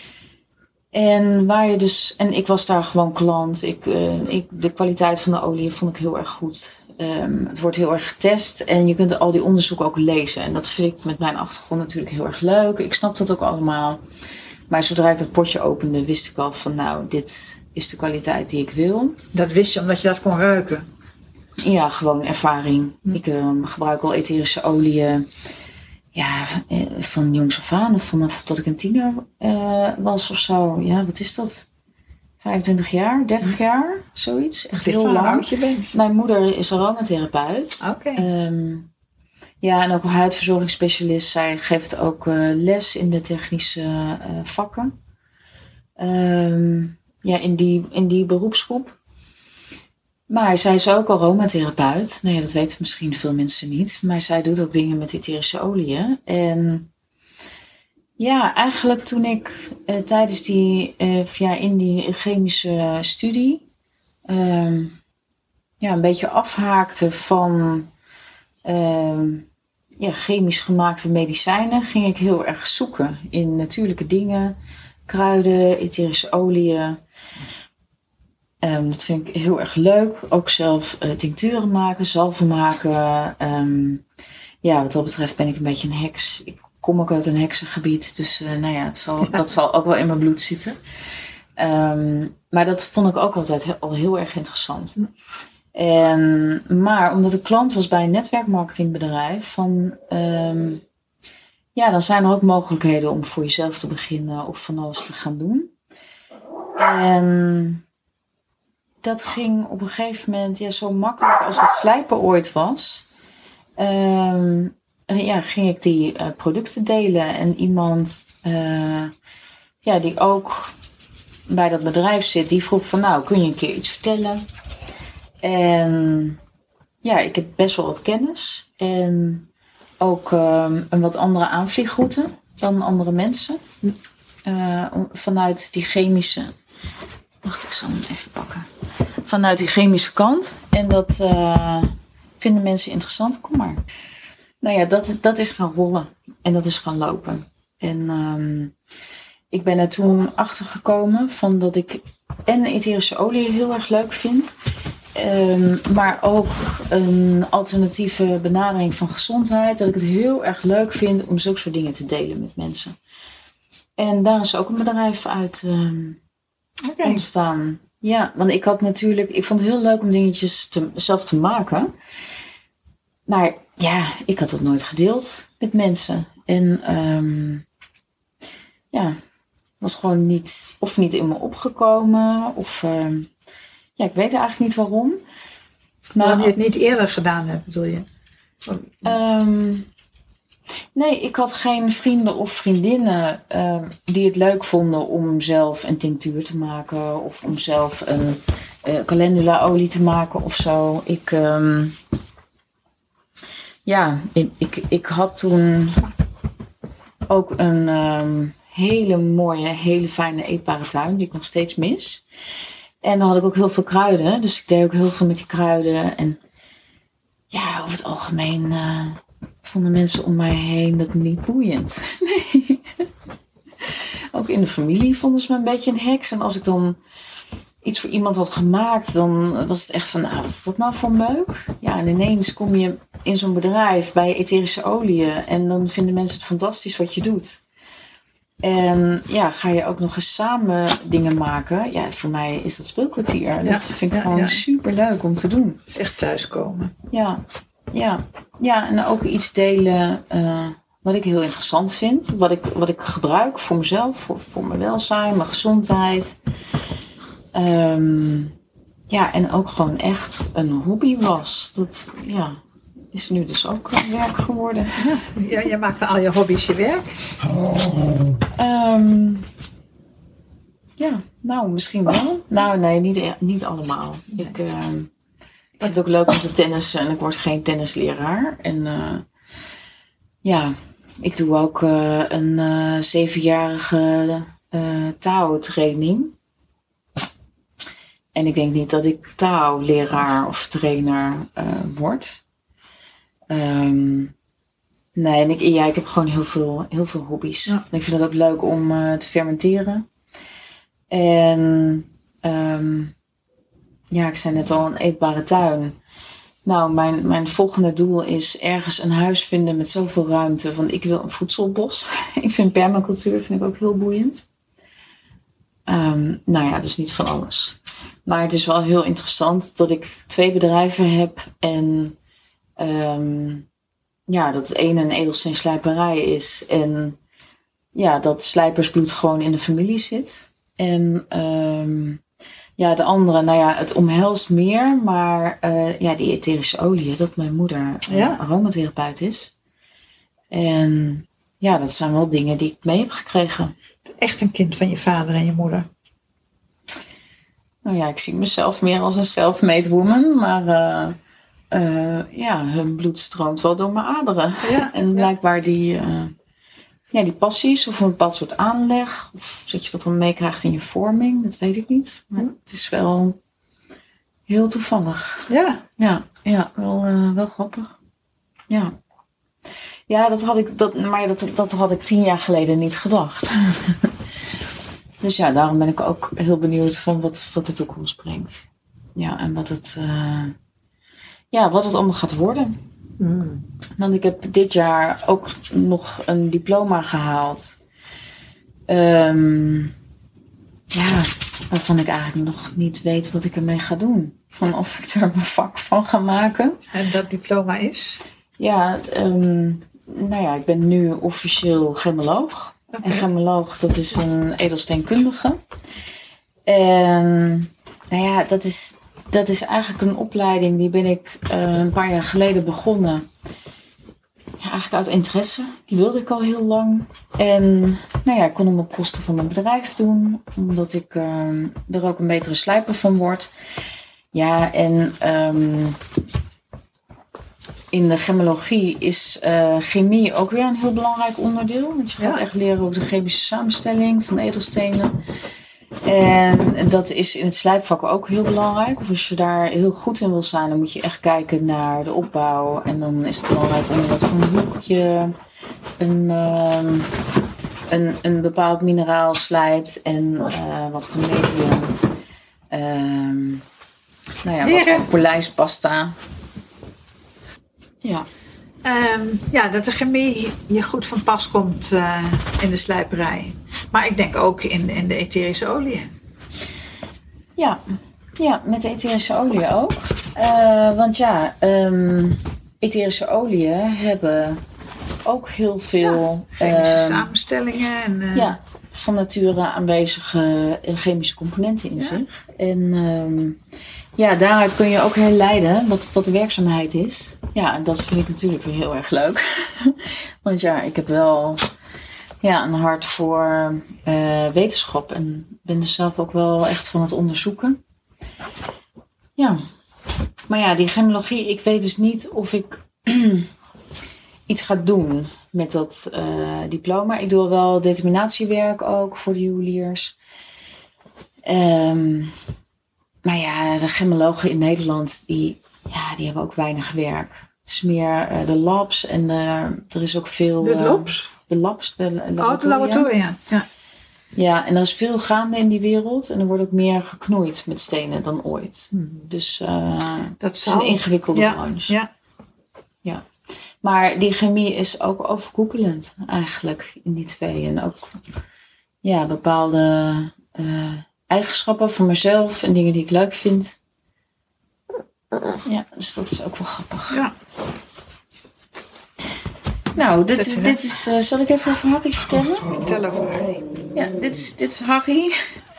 En ik was daar gewoon klant. De kwaliteit van de olie vond ik heel erg goed. Het wordt heel erg getest en je kunt al die onderzoeken ook lezen. En dat vind ik met mijn achtergrond natuurlijk heel erg leuk. Ik snap dat ook allemaal. Maar zodra ik dat potje opende, wist ik al van dit is de kwaliteit die ik wil. Dat wist je omdat je dat kon ruiken? Ja, gewoon ervaring. Ik gebruik al etherische oliën. Ja, van jongs af aan, of vanaf dat ik een tiener was of zo. Ja, wat is dat? 25 jaar, 30 jaar, zoiets. Echt heel lang. Oud je bent. Mijn moeder is aromatherapeut. Oké. En ook een huidverzorgingsspecialist. Zij geeft ook les in de technische vakken. In die beroepsgroep. Maar zij is ook aromatherapeut. Nou ja, dat weten misschien veel mensen niet. Maar zij doet ook dingen met etherische oliën. En ja, eigenlijk toen ik tijdens in die chemische studie een beetje afhaakte van chemisch gemaakte medicijnen, ging ik heel erg zoeken in natuurlijke dingen, kruiden, etherische oliën. Dat vind ik heel erg leuk. Ook zelf tincturen maken, zalven maken. Wat dat betreft ben ik een beetje een heks. Ik kom ook uit een heksengebied. Dus dat zal ook wel in mijn bloed zitten. Maar dat vond ik ook altijd al heel erg interessant. Maar omdat ik klant was bij een netwerkmarketingbedrijf. Dan zijn er ook mogelijkheden om voor jezelf te beginnen of van alles te gaan doen. En dat ging op een gegeven moment zo makkelijk als het slijpen ooit was. Ging ik die producten delen. En iemand die ook bij dat bedrijf zit, die vroeg van kun je een keer iets vertellen? En ik heb best wel wat kennis. En ook een wat andere aanvliegroute dan andere mensen. Vanuit die chemische... Wacht, ik zal hem even pakken. Vanuit die chemische kant. En dat vinden mensen interessant. Kom maar. Nou ja, dat is gaan rollen. En dat is gaan lopen. En ik ben er toen achter gekomen van dat ik en etherische olie heel erg leuk vind. Maar ook een alternatieve benadering van gezondheid. Dat ik het heel erg leuk vind om zulke soort dingen te delen met mensen. En daar is ook een bedrijf uit ontstaan. Ja, want ik vond het heel leuk om dingetjes zelf te maken. Maar ik had dat nooit gedeeld met mensen. En was gewoon niet in me opgekomen. Of ik weet eigenlijk niet waarom. Maar waarom je het niet eerder gedaan hebt, bedoel je? Nee, ik had geen vrienden of vriendinnen die het leuk vonden om zelf een tinctuur te maken. Of om zelf een calendula-olie te maken of zo. Ik had toen ook een hele mooie, hele fijne eetbare tuin. Die ik nog steeds mis. En dan had ik ook heel veel kruiden. Dus ik deed ook heel veel met die kruiden. En over het algemeen vonden mensen om mij heen dat niet boeiend. Nee. Ook in de familie vonden ze me een beetje een heks. En als ik dan iets voor iemand had gemaakt, dan was het echt van, wat is dat nou voor meuk? Ja, en ineens kom je in zo'n bedrijf bij etherische oliën. En dan vinden mensen het fantastisch wat je doet. En ja, ga je ook nog eens samen dingen maken. Ja, voor mij is dat speelkwartier. Dat vind ik gewoon super leuk om te doen. Het is echt thuiskomen. Ja, en ook iets delen wat ik heel interessant vind. Wat ik gebruik voor mezelf, voor mijn welzijn, mijn gezondheid. En ook gewoon echt een hobby was. Dat is nu dus ook werk geworden. Ja, je maakt van al je hobby's je werk? Nou, misschien wel. Nou, nee, niet allemaal. Nee. Ik vind het ook leuk om te tennissen en ik word geen tennisleraar. En ik doe ook een 7-jarige Tao-training. En ik denk niet dat ik Tao-leraar of trainer word. Nee, en ik heb gewoon heel veel hobby's. Ja. En ik vind het ook leuk om te fermenteren. En ik zei net al, een eetbare tuin. Nou, mijn volgende doel is ergens een huis vinden met zoveel ruimte. Want ik wil een voedselbos. Ik vind permacultuur vind ik ook heel boeiend. Dus niet van alles. Maar het is wel heel interessant dat ik 2 bedrijven heb. En dat het ene een edelsteenslijperij is. En dat slijpersbloed gewoon in de familie zit. En de andere, het omhelst meer. Maar die etherische olie, dat mijn moeder aromatherapeut is. En dat zijn wel dingen die ik mee heb gekregen. Echt een kind van je vader en je moeder? Nou ja, ik zie mezelf meer als een self-made woman. Maar hun bloed stroomt wel door mijn aderen. Ja, en blijkbaar die passies of een bepaald soort aanleg. Of dat je dat dan meekrijgt in je vorming. Dat weet ik niet. Maar het is wel heel toevallig. Ja. Ja, wel grappig. Ja. Ja, dat had ik 10 jaar geleden niet gedacht. Dus daarom ben ik ook heel benieuwd van wat de toekomst brengt. Ja, en wat het allemaal gaat worden. Want ik heb dit jaar ook nog een diploma gehaald. Waarvan ik eigenlijk nog niet weet wat ik ermee ga doen. Van of ik er mijn vak van ga maken. En dat diploma is? Ja, ik ben nu officieel gemmoloog. Okay. En gemmoloog, dat is een edelsteenkundige. En dat is eigenlijk een opleiding die ben ik een paar jaar geleden begonnen. Ja, eigenlijk uit interesse. Die wilde ik al heel lang. En ik kon hem op kosten van mijn bedrijf doen. Omdat ik er ook een betere slijper van word. Ja, en in de gemmologie is chemie ook weer een heel belangrijk onderdeel. Want je gaat echt leren over de chemische samenstelling van edelstenen. En dat is in het slijpvak ook heel belangrijk. Of als je daar heel goed in wil zijn, dan moet je echt kijken naar de opbouw. En dan is het belangrijk om wat voor een hoekje een bepaald mineraal slijpt. En wat voor medium. Wat voor polijstpasta. Ja. Dat de chemie je goed van pas komt in de slijperij. Maar ik denk ook in de etherische olie. Ja, met de etherische olie ook. Etherische oliën hebben ook heel veel chemische samenstellingen. En, van nature aanwezige chemische componenten in zich. En daaruit kun je ook herleiden wat de werkzaamheid is. Ja, en dat vind ik natuurlijk weer heel erg leuk. Want ik heb wel een hart voor wetenschap. En ben dus zelf ook wel echt van het onderzoeken. Ja. Maar die gemmologie, ik weet dus niet of ik iets ga doen met dat diploma. Ik doe wel determinatiewerk ook voor de juweliers. Maar de gemmologen in Nederland, die hebben ook weinig werk. Het is meer de labs en er is ook veel... De labs? De labs, de laboratoria. De laboratoria, ja. Ja, en er is veel gaande in die wereld. En er wordt ook meer geknoeid met stenen dan ooit. Dus dat is een ingewikkelde branche. Ja. Maar die chemie is ook overkoepelend eigenlijk in die twee. En ook bepaalde eigenschappen van mezelf en dingen die ik leuk vind. Ja, dus dat is ook wel grappig. Ja. Nou, dit is zal ik even over Harry vertellen? Vertel over Harry. Ja, dit is Harry.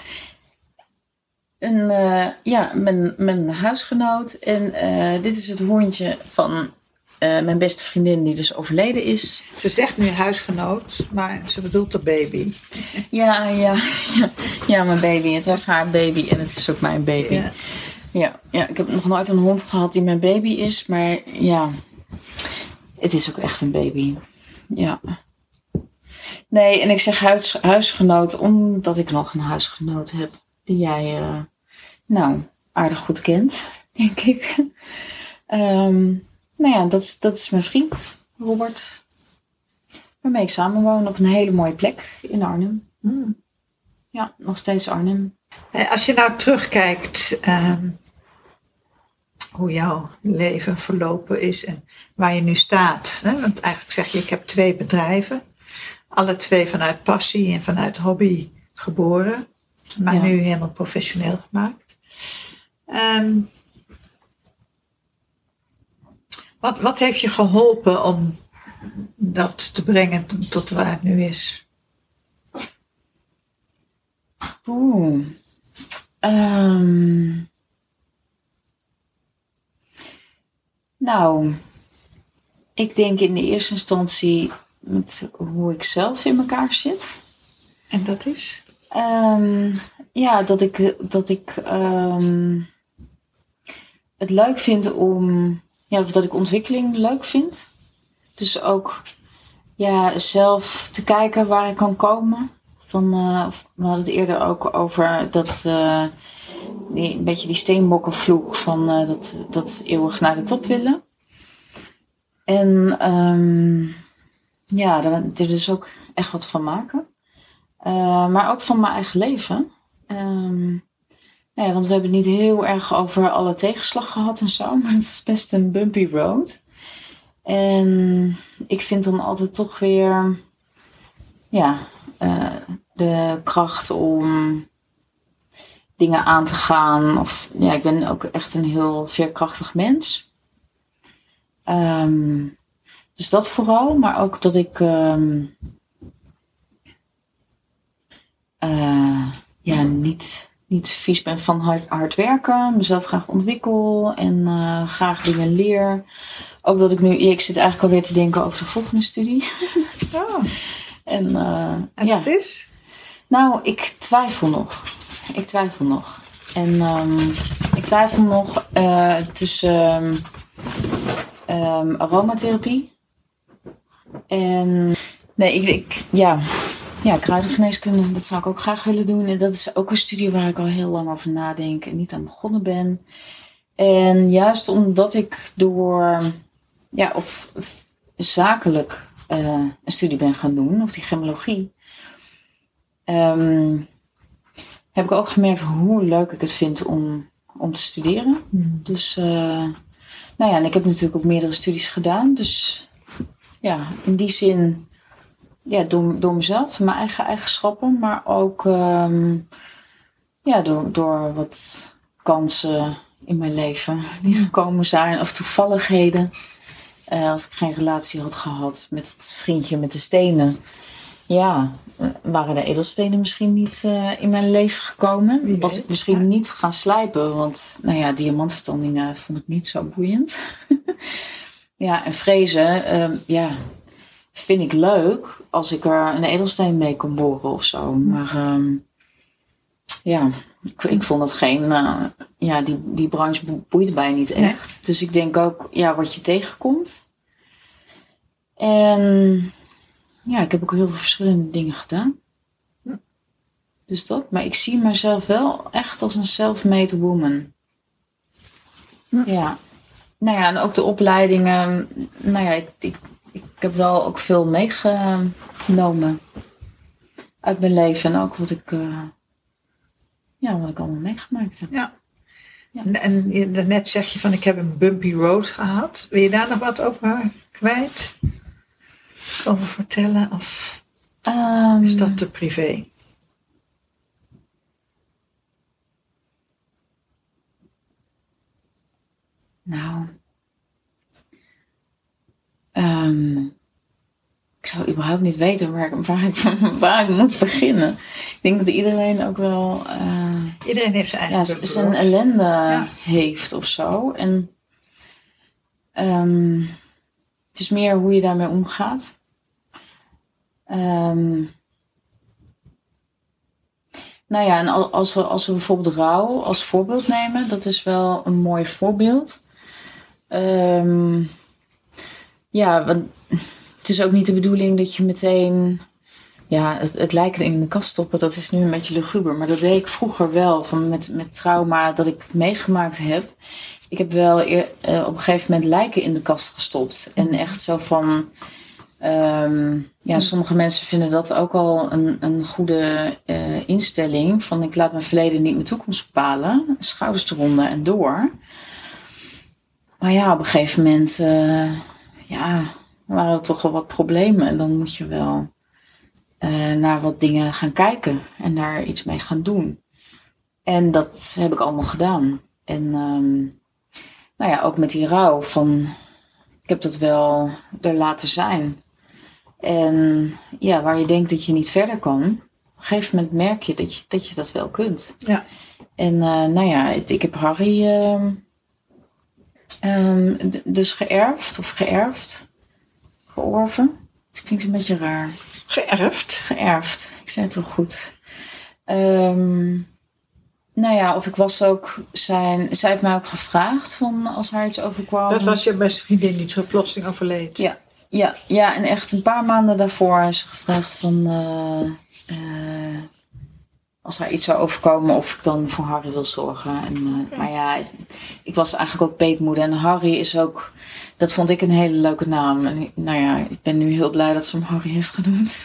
Mijn huisgenoot. En dit is het hondje van mijn beste vriendin die dus overleden is. Ze zegt nu huisgenoot, maar ze bedoelt de baby. Ja, mijn baby. Het was haar baby en het is ook mijn baby. Ja, ik heb nog nooit een hond gehad die mijn baby is. Maar ja, het is ook echt een baby. Ja. Nee, en ik zeg huisgenoot omdat ik nog een huisgenoot heb. Die jij aardig goed kent, denk ik. Dat is mijn vriend, Robert. Waarmee ik samenwoon op een hele mooie plek in Arnhem. Ja, nog steeds Arnhem. Als je nou terugkijkt hoe jouw leven verlopen is en waar je nu staat. Hè? Want eigenlijk zeg je, ik heb 2 bedrijven. Alle 2 vanuit passie en vanuit hobby geboren. Maar nu helemaal professioneel gemaakt. Wat heeft je geholpen om dat te brengen tot waar het nu is? Nou, ik denk in de eerste instantie met hoe ik zelf in elkaar zit. En dat is? Dat ik het leuk vind dat ik ontwikkeling leuk vind. Dus ook zelf te kijken waar ik kan komen. We hadden het eerder ook over een beetje die steenbokkenvloek van dat eeuwig naar de top willen. En er dus ook echt wat van maken. Maar ook van mijn eigen leven. Want we hebben het niet heel erg over alle tegenslag gehad en zo. Maar het was best een bumpy road. En ik vind dan altijd toch weer de kracht om dingen aan te gaan. Ik ben ook echt een heel veerkrachtig mens. Dus dat vooral. Maar ook dat ik niet vies ben van hard werken. Mezelf graag ontwikkel en graag dingen leer. Ook dat ik zit eigenlijk alweer te denken over de volgende studie. Oh. En dat is? Nou, ik twijfel nog. En ik twijfel nog tussen aromatherapie. En kruidengeneeskunde, dat zou ik ook graag willen doen. En dat is ook een studie waar ik al heel lang over nadenk en niet aan begonnen ben. En juist omdat ik zakelijk een studie ben gaan doen, of die gemmologie, heb ik ook gemerkt hoe leuk ik het vind om te studeren. Dus, en ik heb natuurlijk ook meerdere studies gedaan. Dus in die zin, door mezelf, mijn eigen eigenschappen, maar ook door wat kansen in mijn leven die gekomen zijn, of toevalligheden. Als ik geen relatie had gehad met het vriendje met de stenen, waren de edelstenen misschien niet in mijn leven gekomen. Was ik misschien niet gaan slijpen, want diamantvertandingen vond ik niet zo boeiend. En frezen, vind ik leuk als ik er een edelsteen mee kan boren of zo. Maar ik vond het geen, die branche boeide mij niet echt. Nee. Dus ik denk ook, wat je tegenkomt. En ik heb ook heel veel verschillende dingen gedaan. Dus dat. Maar ik zie mezelf wel echt als een self-made woman. Ja. En ook de opleidingen. Ik heb wel ook veel meegenomen uit mijn leven. En ook wat ik allemaal meegemaakt heb. Ja. Ja. En net zeg je van ik heb een bumpy road gehad. Wil je daar nog wat over kwijt? Over vertellen? Of is dat te privé? Nou, ik zou überhaupt niet weten waar ik moet beginnen. Ik denk dat iedereen ook wel Iedereen heeft zijn eigen zijn ellende heeft of zo. En het is meer hoe je daarmee omgaat. Nou ja, en als we bijvoorbeeld rouw als voorbeeld nemen, dat is wel een mooi voorbeeld. Ja, want het is ook niet de bedoeling dat je meteen... Ja, het lijkt in de kast stoppen, dat is nu een beetje luguber. Maar dat deed ik vroeger wel, met trauma dat ik meegemaakt heb. Ik heb wel op een gegeven moment lijken in de kast gestopt. En echt zo van... sommige mensen vinden dat ook al een goede instelling. Van ik laat mijn verleden niet mijn toekomst bepalen. Schouders eronder en door. Maar ja, op een gegeven moment waren er toch wel wat problemen. En dan moet je wel naar wat dingen gaan kijken. En daar iets mee gaan doen. En dat heb ik allemaal gedaan. En ook met die rouw van... Ik heb dat wel er laten zijn. En ja, waar je denkt dat je niet verder kan. Op een gegeven moment merk je dat je dat wel kunt. Ja. En ik heb Harry dus georven. Het klinkt een beetje raar. Geërfd. Ik zei het toch goed. Of ik was ook zij heeft mij ook gevraagd van als haar iets overkwam. Dat was je beste vriendin die zo plotseling overleed. Ja, en echt een paar maanden daarvoor heeft ze gevraagd van als haar iets zou overkomen of ik dan voor Harry wil zorgen. Maar ja, ik was eigenlijk ook peetmoeder en Harry is ook, dat vond ik een hele leuke naam. En ik ben nu heel blij dat ze hem Harry heeft genoemd.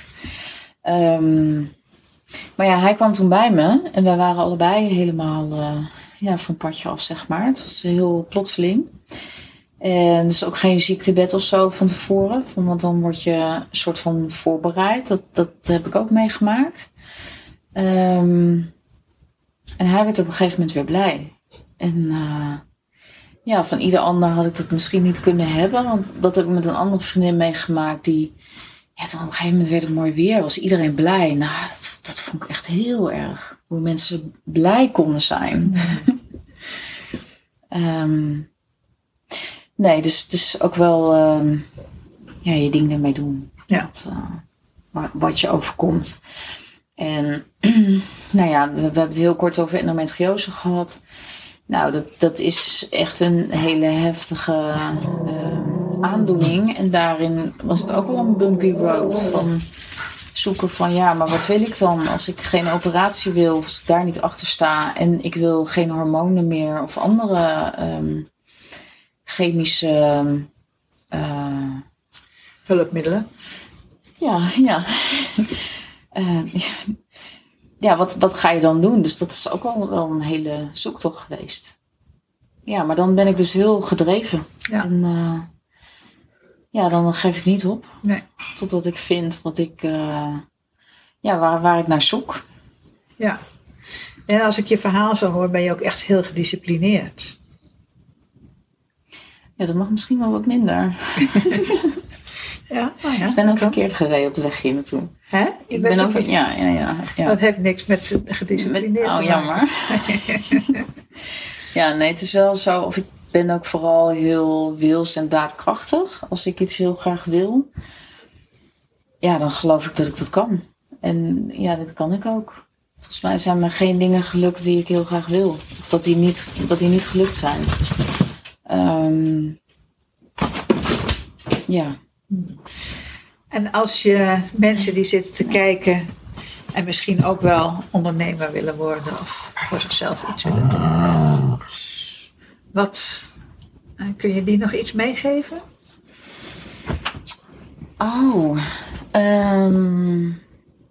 Maar ja, hij kwam toen bij me en wij waren allebei helemaal van padje af, zeg maar. Het was heel plotseling. En dus ook geen ziektebed of zo van tevoren. Want dan word je een soort van voorbereid. Dat heb ik ook meegemaakt. En hij werd op een gegeven moment weer blij. En van ieder ander had ik dat misschien niet kunnen hebben. Want dat heb ik met een andere vriendin meegemaakt die... Ja, toen op een gegeven moment werd het mooi weer. Was iedereen blij. Nou, dat vond ik echt heel erg. Hoe mensen blij konden zijn. Dus ook wel je ding ermee doen. Ja. Wat je overkomt. En we hebben het heel kort over endometriose gehad. Nou, dat is echt een hele heftige aandoening. En daarin was het ook wel een bumpy road. Van zoeken van maar wat wil ik dan? Als ik geen operatie wil, als ik daar niet achter sta. En ik wil geen hormonen meer of andere chemische hulpmiddelen. Wat ga je dan doen? Dus dat is ook wel een hele zoektocht geweest. Ja, maar dan ben ik dus heel gedreven. Ja. En dan geef ik niet op. Nee. Totdat ik vind wat ik, waar ik naar zoek. Ja. En als ik je verhaal zo hoor, ben je ook echt heel gedisciplineerd. Ja, dat mag misschien wel wat minder. Ja. Ik ben ook verkeerd gereden op de weg hier naartoe. Hè? Ik ben ook... Ja. Dat heeft niks met gedisciplineerd te maken. Jammer. Het is wel zo. Of ik ben ook vooral heel wils en daadkrachtig. Als ik iets heel graag wil. Ja, dan geloof ik dat ik dat kan. En ja, dat kan ik ook. Volgens mij zijn me geen dingen gelukt die ik heel graag wil. Of dat die niet gelukt zijn. Ja. En als je mensen die zitten te kijken en misschien ook wel ondernemer willen worden of voor zichzelf iets willen doen. Kun je die nog iets meegeven?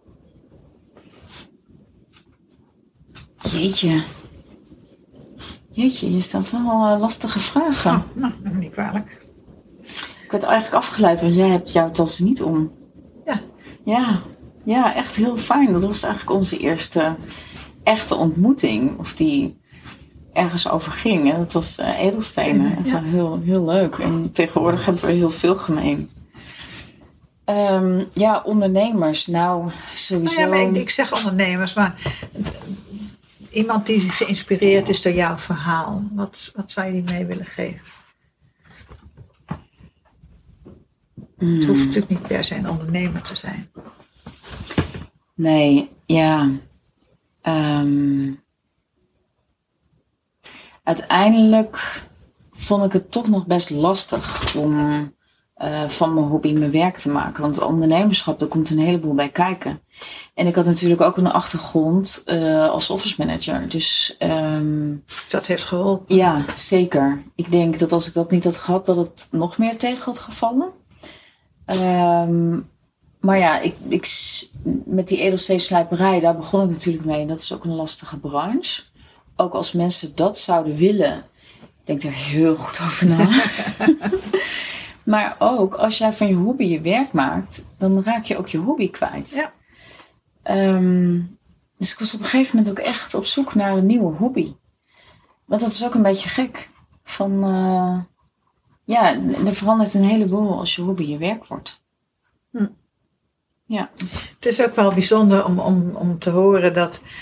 Jeetje. Jeetje, je stelt wel lastige vragen. Oh, nou, niet kwalijk. Ik werd eigenlijk afgeleid, want jij hebt jouw tas niet om. Ja. Ja, echt heel fijn. Dat was eigenlijk onze eerste echte ontmoeting. Of die ergens over ging. En dat was edelstenen. Het was heel, heel leuk. En tegenwoordig hebben we heel veel gemeen. Ondernemers. Nou, sowieso. Nou ja, maar ik zeg ondernemers, maar iemand die geïnspireerd is door jouw verhaal. Wat zou je die mee willen geven? Het hoeft natuurlijk niet per se een ondernemer te zijn. Nee, ja. Uiteindelijk vond ik het toch nog best lastig om van mijn hobby mijn werk te maken. Want ondernemerschap, daar komt een heleboel bij kijken. En ik had natuurlijk ook een achtergrond als office manager. Dus dat heeft geholpen. Ja, zeker. Ik denk dat als ik dat niet had gehad, dat het nog meer tegen had gevallen. Maar ja, met die edelsteenslijperij, daar begon ik natuurlijk mee. En dat is ook een lastige branche. Ook als mensen dat zouden willen, denk daar heel goed over na. Maar ook als jij van je hobby je werk maakt, dan raak je ook je hobby kwijt. Ja. Dus ik was op een gegeven moment ook echt op zoek naar een nieuwe hobby. Want dat is ook een beetje gek. Er verandert een heleboel als je hobby je werk wordt. Ja. Het is ook wel bijzonder om te horen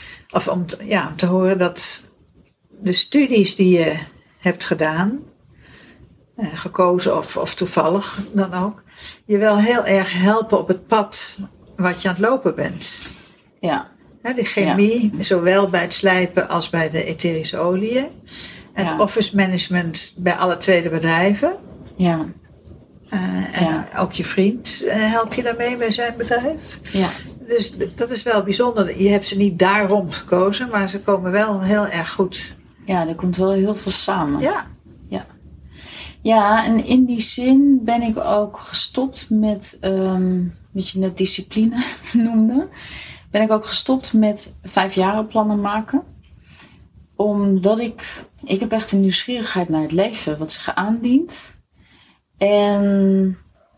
dat de studies die je hebt gedaan, gekozen of toevallig dan ook, je wel heel erg helpen op het pad wat je aan het lopen bent. Ja. De chemie, zowel bij het slijpen als bij de etherische oliën. En het office management bij alle twee de bedrijven. Ja. Ook je vriend help je daarmee bij zijn bedrijf. Ja. Dus dat is wel bijzonder. Je hebt ze niet daarom gekozen, maar ze komen wel heel erg goed. Ja, er komt wel heel veel samen. Ja. Ja, en in die zin ben ik ook gestopt met, wat je net discipline noemde, ben ik ook gestopt met 5-jarenplannen maken. Omdat ik heb echt een nieuwsgierigheid naar het leven, wat zich aandient. En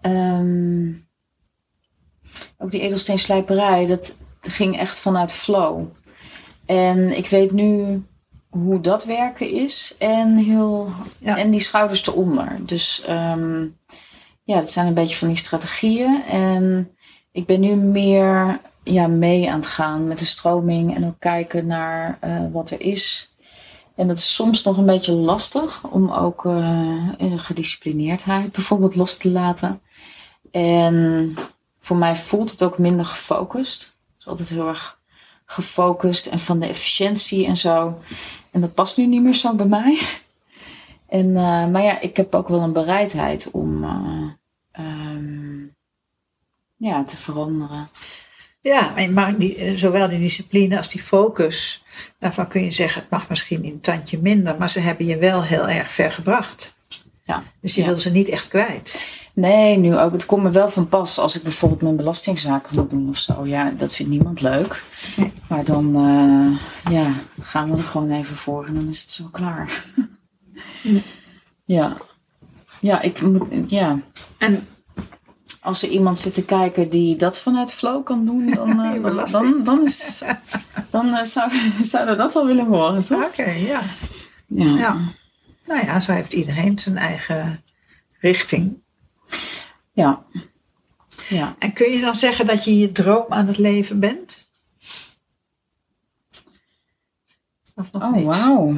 ook die edelsteenslijperij, dat ging echt vanuit flow. En ik weet nu hoe dat werken is en die schouders eronder. Dus dat zijn een beetje van die strategieën. En ik ben nu meer mee aan het gaan met de stroming en ook kijken naar wat er is. En dat is soms nog een beetje lastig om ook in gedisciplineerdheid bijvoorbeeld los te laten. En voor mij voelt het ook minder gefocust. Het is altijd heel erg gefocust en van de efficiëntie en zo. En dat past nu niet meer zo bij mij. Maar ik heb ook wel een bereidheid om te veranderen. Ja, maar zowel die discipline als die focus, daarvan kun je zeggen, het mag misschien een tandje minder, maar ze hebben je wel heel erg ver gebracht. Ja. Dus je wil ze niet echt kwijt. Nee, nu ook. Het komt me wel van pas als ik bijvoorbeeld mijn belastingzaken moet doen of zo. Ja, dat vindt niemand leuk. Nee. Maar dan gaan we er gewoon even voor en dan is het zo klaar. Ja. En als er iemand zit te kijken die dat vanuit flow kan doen, dan zouden we dat wel willen horen, toch? Oké, ja. Nou ja, zo heeft iedereen zijn eigen richting. Ja. En kun je dan zeggen dat je je droom aan het leven bent? Of nog niet? Wauw.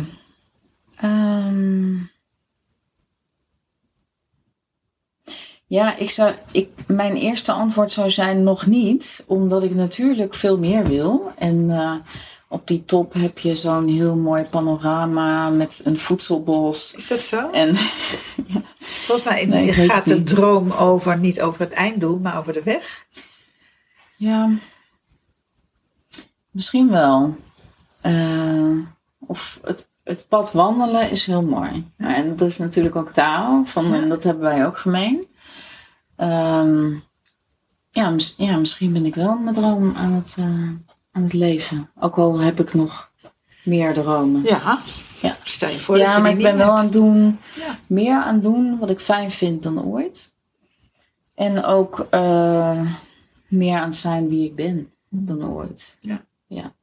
Mijn eerste antwoord zou zijn nog niet, omdat ik natuurlijk veel meer wil. En op die top heb je zo'n heel mooi panorama met een voedselbos. Is dat zo? En, volgens mij gaat de droom niet over het einddoel, maar over de weg. Ja, misschien wel. Of het pad wandelen is heel mooi. Ja. En dat is natuurlijk ook taal. En dat hebben wij ook gemeen. Misschien ben ik wel mijn droom aan het leven. Ook al heb ik nog meer dromen. Ja, Stel je voor dat je maar die ik ben niet wel hebt. aan het doen, Ja. meer aan het doen wat ik fijn vind dan ooit. En ook meer aan het zijn wie ik ben dan ooit. Ja. Ja.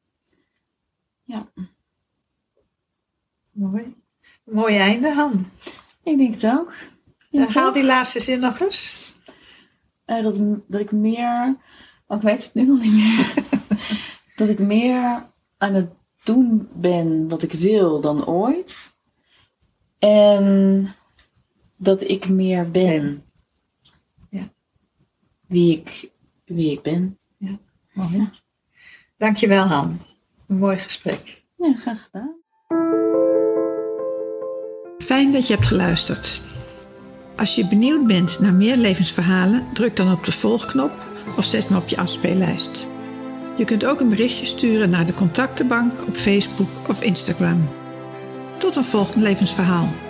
Mooi. Mooi einde, Han. Ik denk het ook. Ja, Haal toch? die laatste zin nog eens. Dat ik meer... Oh, ik weet het nu nog niet meer. Dat ik meer aan het doen ben wat ik wil dan ooit. En dat ik meer ben. Ja. Wie ik ben. Mooi. Dankjewel, Han. Een mooi gesprek. Ja, graag gedaan. Fijn dat je hebt geluisterd. Als je benieuwd bent naar meer levensverhalen, druk dan op de volgknop of zet me op je afspeellijst. Je kunt ook een berichtje sturen naar de contactenbank op Facebook of Instagram. Tot een volgend levensverhaal.